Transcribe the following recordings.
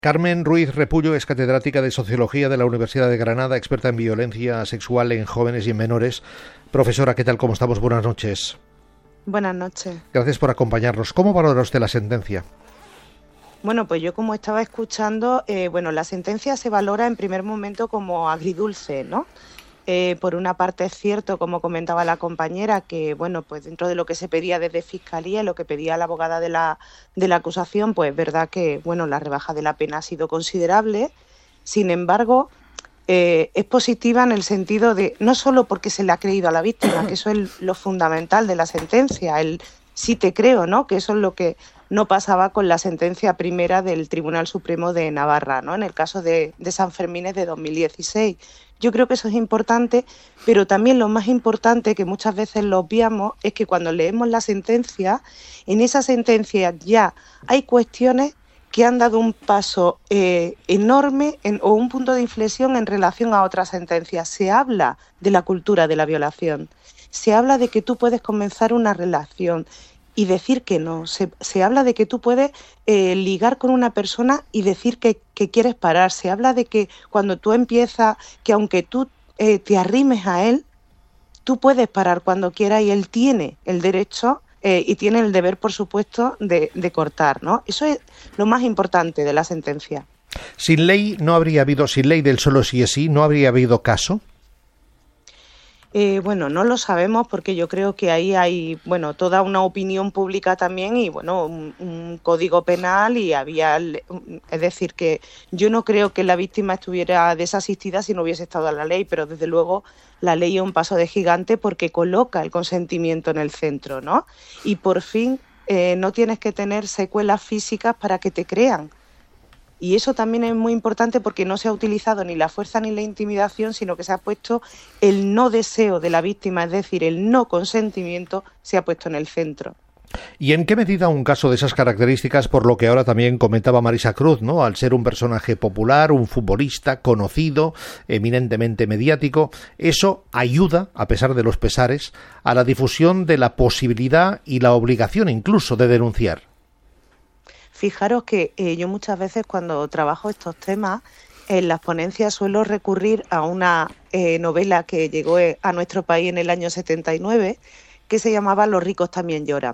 Carmen Ruiz Repullo es catedrática de Sociología de la Universidad de Granada, experta en violencia sexual en jóvenes y en menores. Profesora, ¿qué tal? ¿Cómo estamos? Buenas noches. Buenas noches. Gracias por acompañarnos. ¿Cómo valora usted la sentencia? Bueno, pues yo como estaba escuchando, la sentencia se valora en primer momento como agridulce, ¿no? Por una parte es cierto, como comentaba la compañera, que bueno, pues dentro de lo que se pedía desde Fiscalía y lo que pedía la abogada de la acusación, pues es verdad que bueno, la rebaja de la pena ha sido considerable. Sin embargo, es positiva en el sentido de, no solo porque se le ha creído a la víctima, que eso es lo fundamental de la sentencia, el sí te creo, ¿no? Que eso es lo que no pasaba con la sentencia primera del Tribunal Supremo de Navarra, ¿no? En el caso de San Fermines de 2016. Yo creo que eso es importante, pero también lo más importante, que muchas veces lo obviamos, es que cuando leemos la sentencia, en esa sentencia ya hay cuestiones que han dado un paso enorme o un punto de inflexión en relación a otras sentencias. Se habla de la cultura de la violación, se habla de que tú puedes comenzar una relación y decir que no, se habla de que tú puedes ligar con una persona y decir que quieres parar, se habla de que cuando tú empiezas, que aunque tú te arrimes a él, tú puedes parar cuando quieras y él tiene el derecho y tiene el deber, por supuesto, de cortar, ¿no? Eso es lo más importante de la sentencia. Sin ley del solo sí es sí, ¿no habría habido caso? No lo sabemos porque yo creo que ahí hay toda una opinión pública también y un código penal y es decir, que yo no creo que la víctima estuviera desasistida si no hubiese estado la ley, pero desde luego la ley es un paso de gigante porque coloca el consentimiento en el centro, ¿no? Y por fin no tienes que tener secuelas físicas para que te crean. Y eso también es muy importante porque no se ha utilizado ni la fuerza ni la intimidación, sino que se ha puesto el no deseo de la víctima, es decir, el no consentimiento se ha puesto en el centro. ¿Y en qué medida un caso de esas características, por lo que ahora también comentaba Marisa Cruz, ¿no? Al ser un personaje popular, un futbolista conocido, eminentemente mediático, eso ayuda, a pesar de los pesares, a la difusión de la posibilidad y la obligación incluso de denunciar? Fijaros que yo muchas veces cuando trabajo estos temas, en las ponencias suelo recurrir a una novela que llegó a nuestro país en el año 79, que se llamaba Los ricos también lloran.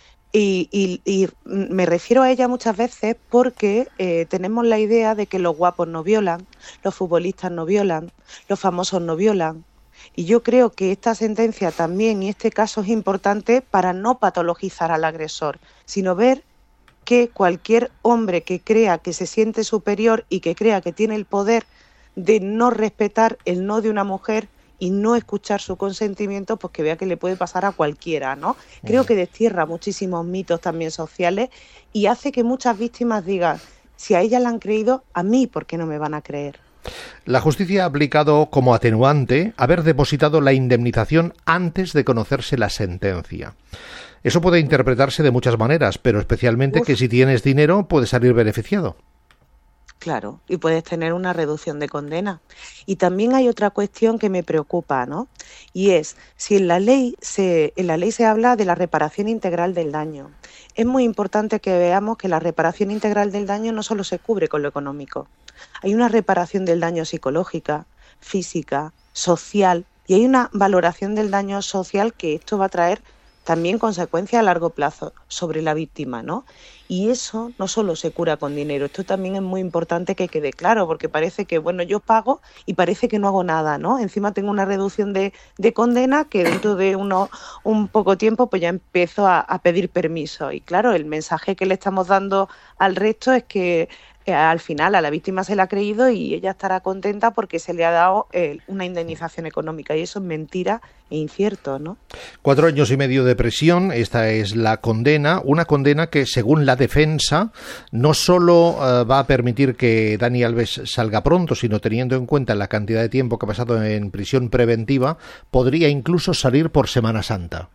Y me refiero a ella muchas veces porque tenemos la idea de que los guapos no violan, los futbolistas no violan, los famosos no violan. Y yo creo que esta sentencia también y este caso es importante para no patologizar al agresor, sino ver que cualquier hombre que crea que se siente superior y que crea que tiene el poder de no respetar el no de una mujer y no escuchar su consentimiento, pues que vea que le puede pasar a cualquiera, ¿no? Creo que destierra muchísimos mitos también sociales y hace que muchas víctimas digan, si a ella la han creído, a mí, ¿por qué no me van a creer? La justicia ha aplicado como atenuante haber depositado la indemnización antes de conocerse la sentencia. Eso puede interpretarse de muchas maneras, pero especialmente que si tienes dinero puedes salir beneficiado. Claro, y puedes tener una reducción de condena. Y también hay otra cuestión que me preocupa, ¿no? Y es, si en la ley se habla de la reparación integral del daño. Es muy importante que veamos que la reparación integral del daño no solo se cubre con lo económico. Hay una reparación del daño psicológica, física, social, y hay una valoración del daño social que esto va a traer también consecuencias a largo plazo sobre la víctima, ¿no? Y eso no solo se cura con dinero, esto también es muy importante que quede claro, porque parece que, yo pago y parece que no hago nada, ¿no? Encima tengo una reducción de condena que dentro de un poco tiempo pues ya empiezo a pedir permiso. Y claro, el mensaje que le estamos dando al resto es que al final a la víctima se le ha creído y ella estará contenta porque se le ha dado una indemnización económica, y eso es mentira e incierto, ¿no? 4 años y medio de prisión, esta es la condena, una condena que según la defensa no solo va a permitir que Dani Alves salga pronto, sino teniendo en cuenta la cantidad de tiempo que ha pasado en prisión preventiva, podría incluso salir por Semana Santa.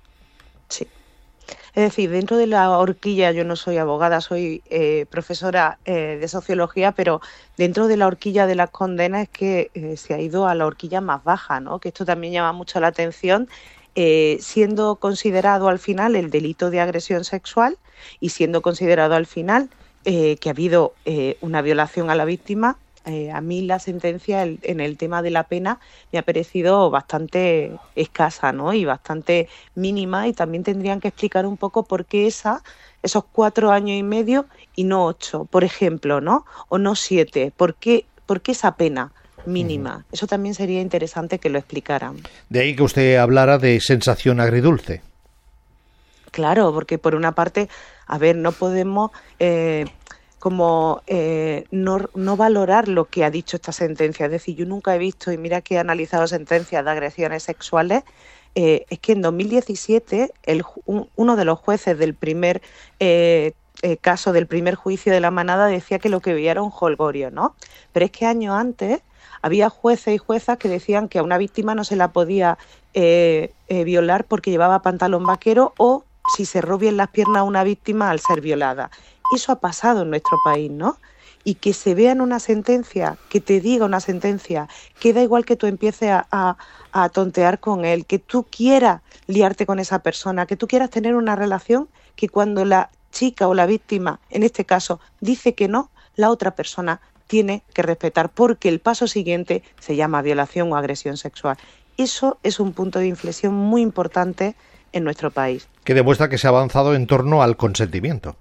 Sí. Es decir, dentro de la horquilla, yo no soy abogada, soy profesora de sociología, pero dentro de la horquilla de las condenas es que se ha ido a la horquilla más baja, ¿no? Que esto también llama mucho la atención, siendo considerado al final el delito de agresión sexual y siendo considerado al final que ha habido una violación a la víctima, a mí la sentencia en el tema de la pena me ha parecido bastante escasa, ¿no? Y bastante mínima, y también tendrían que explicar un poco por qué esos 4 años y medio y no 8, por ejemplo, ¿no? O no 7. ¿Por qué esa pena mínima? Eso también sería interesante que lo explicaran. De ahí que usted hablara de sensación agridulce. Claro, porque por una parte, a ver, no podemos no valorar lo que ha dicho esta sentencia. Es decir, yo nunca he visto, y mira que he analizado sentencias de agresiones sexuales, es que en 2017 uno de los jueces del primer caso, del primer juicio de la manada, decía que lo que veía era un jolgorio, ¿no? Pero es que años antes había jueces y juezas que decían que a una víctima no se la podía violar porque llevaba pantalón vaquero, o si cerró bien las piernas a una víctima al ser violada. Eso ha pasado en nuestro país, ¿no? Y que se vea en una sentencia, que te diga una sentencia, que da igual que tú empieces a tontear con él, que tú quieras liarte con esa persona, que tú quieras tener una relación, que cuando la chica o la víctima, en este caso, dice que no, la otra persona tiene que respetar, porque el paso siguiente se llama violación o agresión sexual. Eso es un punto de inflexión muy importante en nuestro país. Que demuestra que se ha avanzado en torno al consentimiento.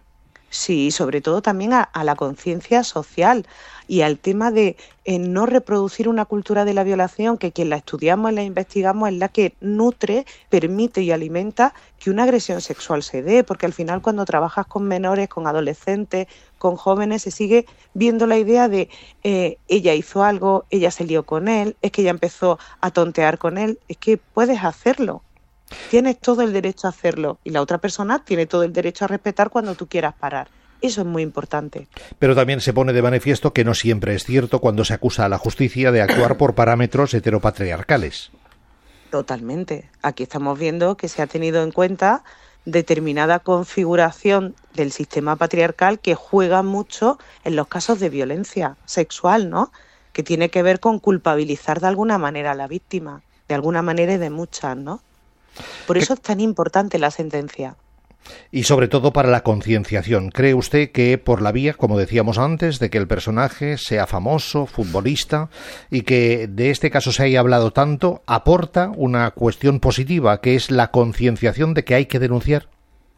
Sí, sobre todo también a la conciencia social y al tema de no reproducir una cultura de la violación, que quien la estudiamos y la investigamos es la que nutre, permite y alimenta que una agresión sexual se dé, porque al final cuando trabajas con menores, con adolescentes, con jóvenes, se sigue viendo la idea de ella hizo algo, ella se lió con él, es que ella empezó a tontear con él. Es que puedes hacerlo. Tienes todo el derecho a hacerlo, y la otra persona tiene todo el derecho a respetar cuando tú quieras parar. Eso es muy importante. Pero también se pone de manifiesto que no siempre es cierto cuando se acusa a la justicia de actuar por parámetros heteropatriarcales. Totalmente. Aquí estamos viendo que se ha tenido en cuenta determinada configuración del sistema patriarcal que juega mucho en los casos de violencia sexual, ¿no? Que tiene que ver con culpabilizar de alguna manera a la víctima, de alguna manera y de muchas, ¿no? Por eso es tan importante la sentencia. Y sobre todo para la concienciación. ¿Cree usted que por la vía, como decíamos antes, de que el personaje sea famoso, futbolista, y que de este caso se haya hablado tanto, aporta una cuestión positiva, que es la concienciación de que hay que denunciar?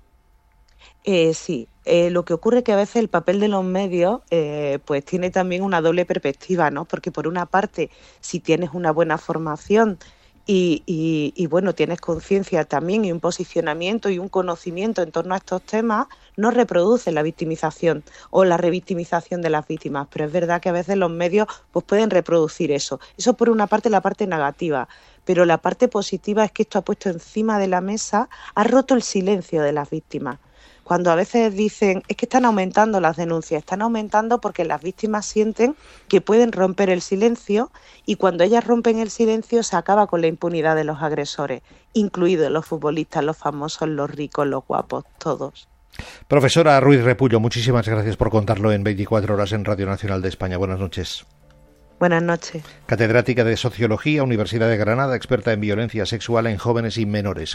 Sí. Lo que ocurre es que a veces el papel de los medios pues tiene también una doble perspectiva, ¿no? Porque por una parte, si tienes una buena formación y bueno, tienes conciencia también y un posicionamiento y un conocimiento en torno a estos temas, no reproduce la victimización o la revictimización de las víctimas, pero es verdad que a veces los medios pues pueden reproducir eso. Eso por una parte, la parte negativa, pero la parte positiva es que esto ha puesto encima de la mesa, ha roto el silencio de las víctimas. Cuando a veces dicen, es que están aumentando las denuncias, están aumentando porque las víctimas sienten que pueden romper el silencio, y cuando ellas rompen el silencio se acaba con la impunidad de los agresores, incluidos los futbolistas, los famosos, los ricos, los guapos, todos. Profesora Ruiz Repullo, muchísimas gracias por contarlo en 24 horas en Radio Nacional de España. Buenas noches. Buenas noches. Catedrática de Sociología, Universidad de Granada, experta en violencia sexual en jóvenes y menores.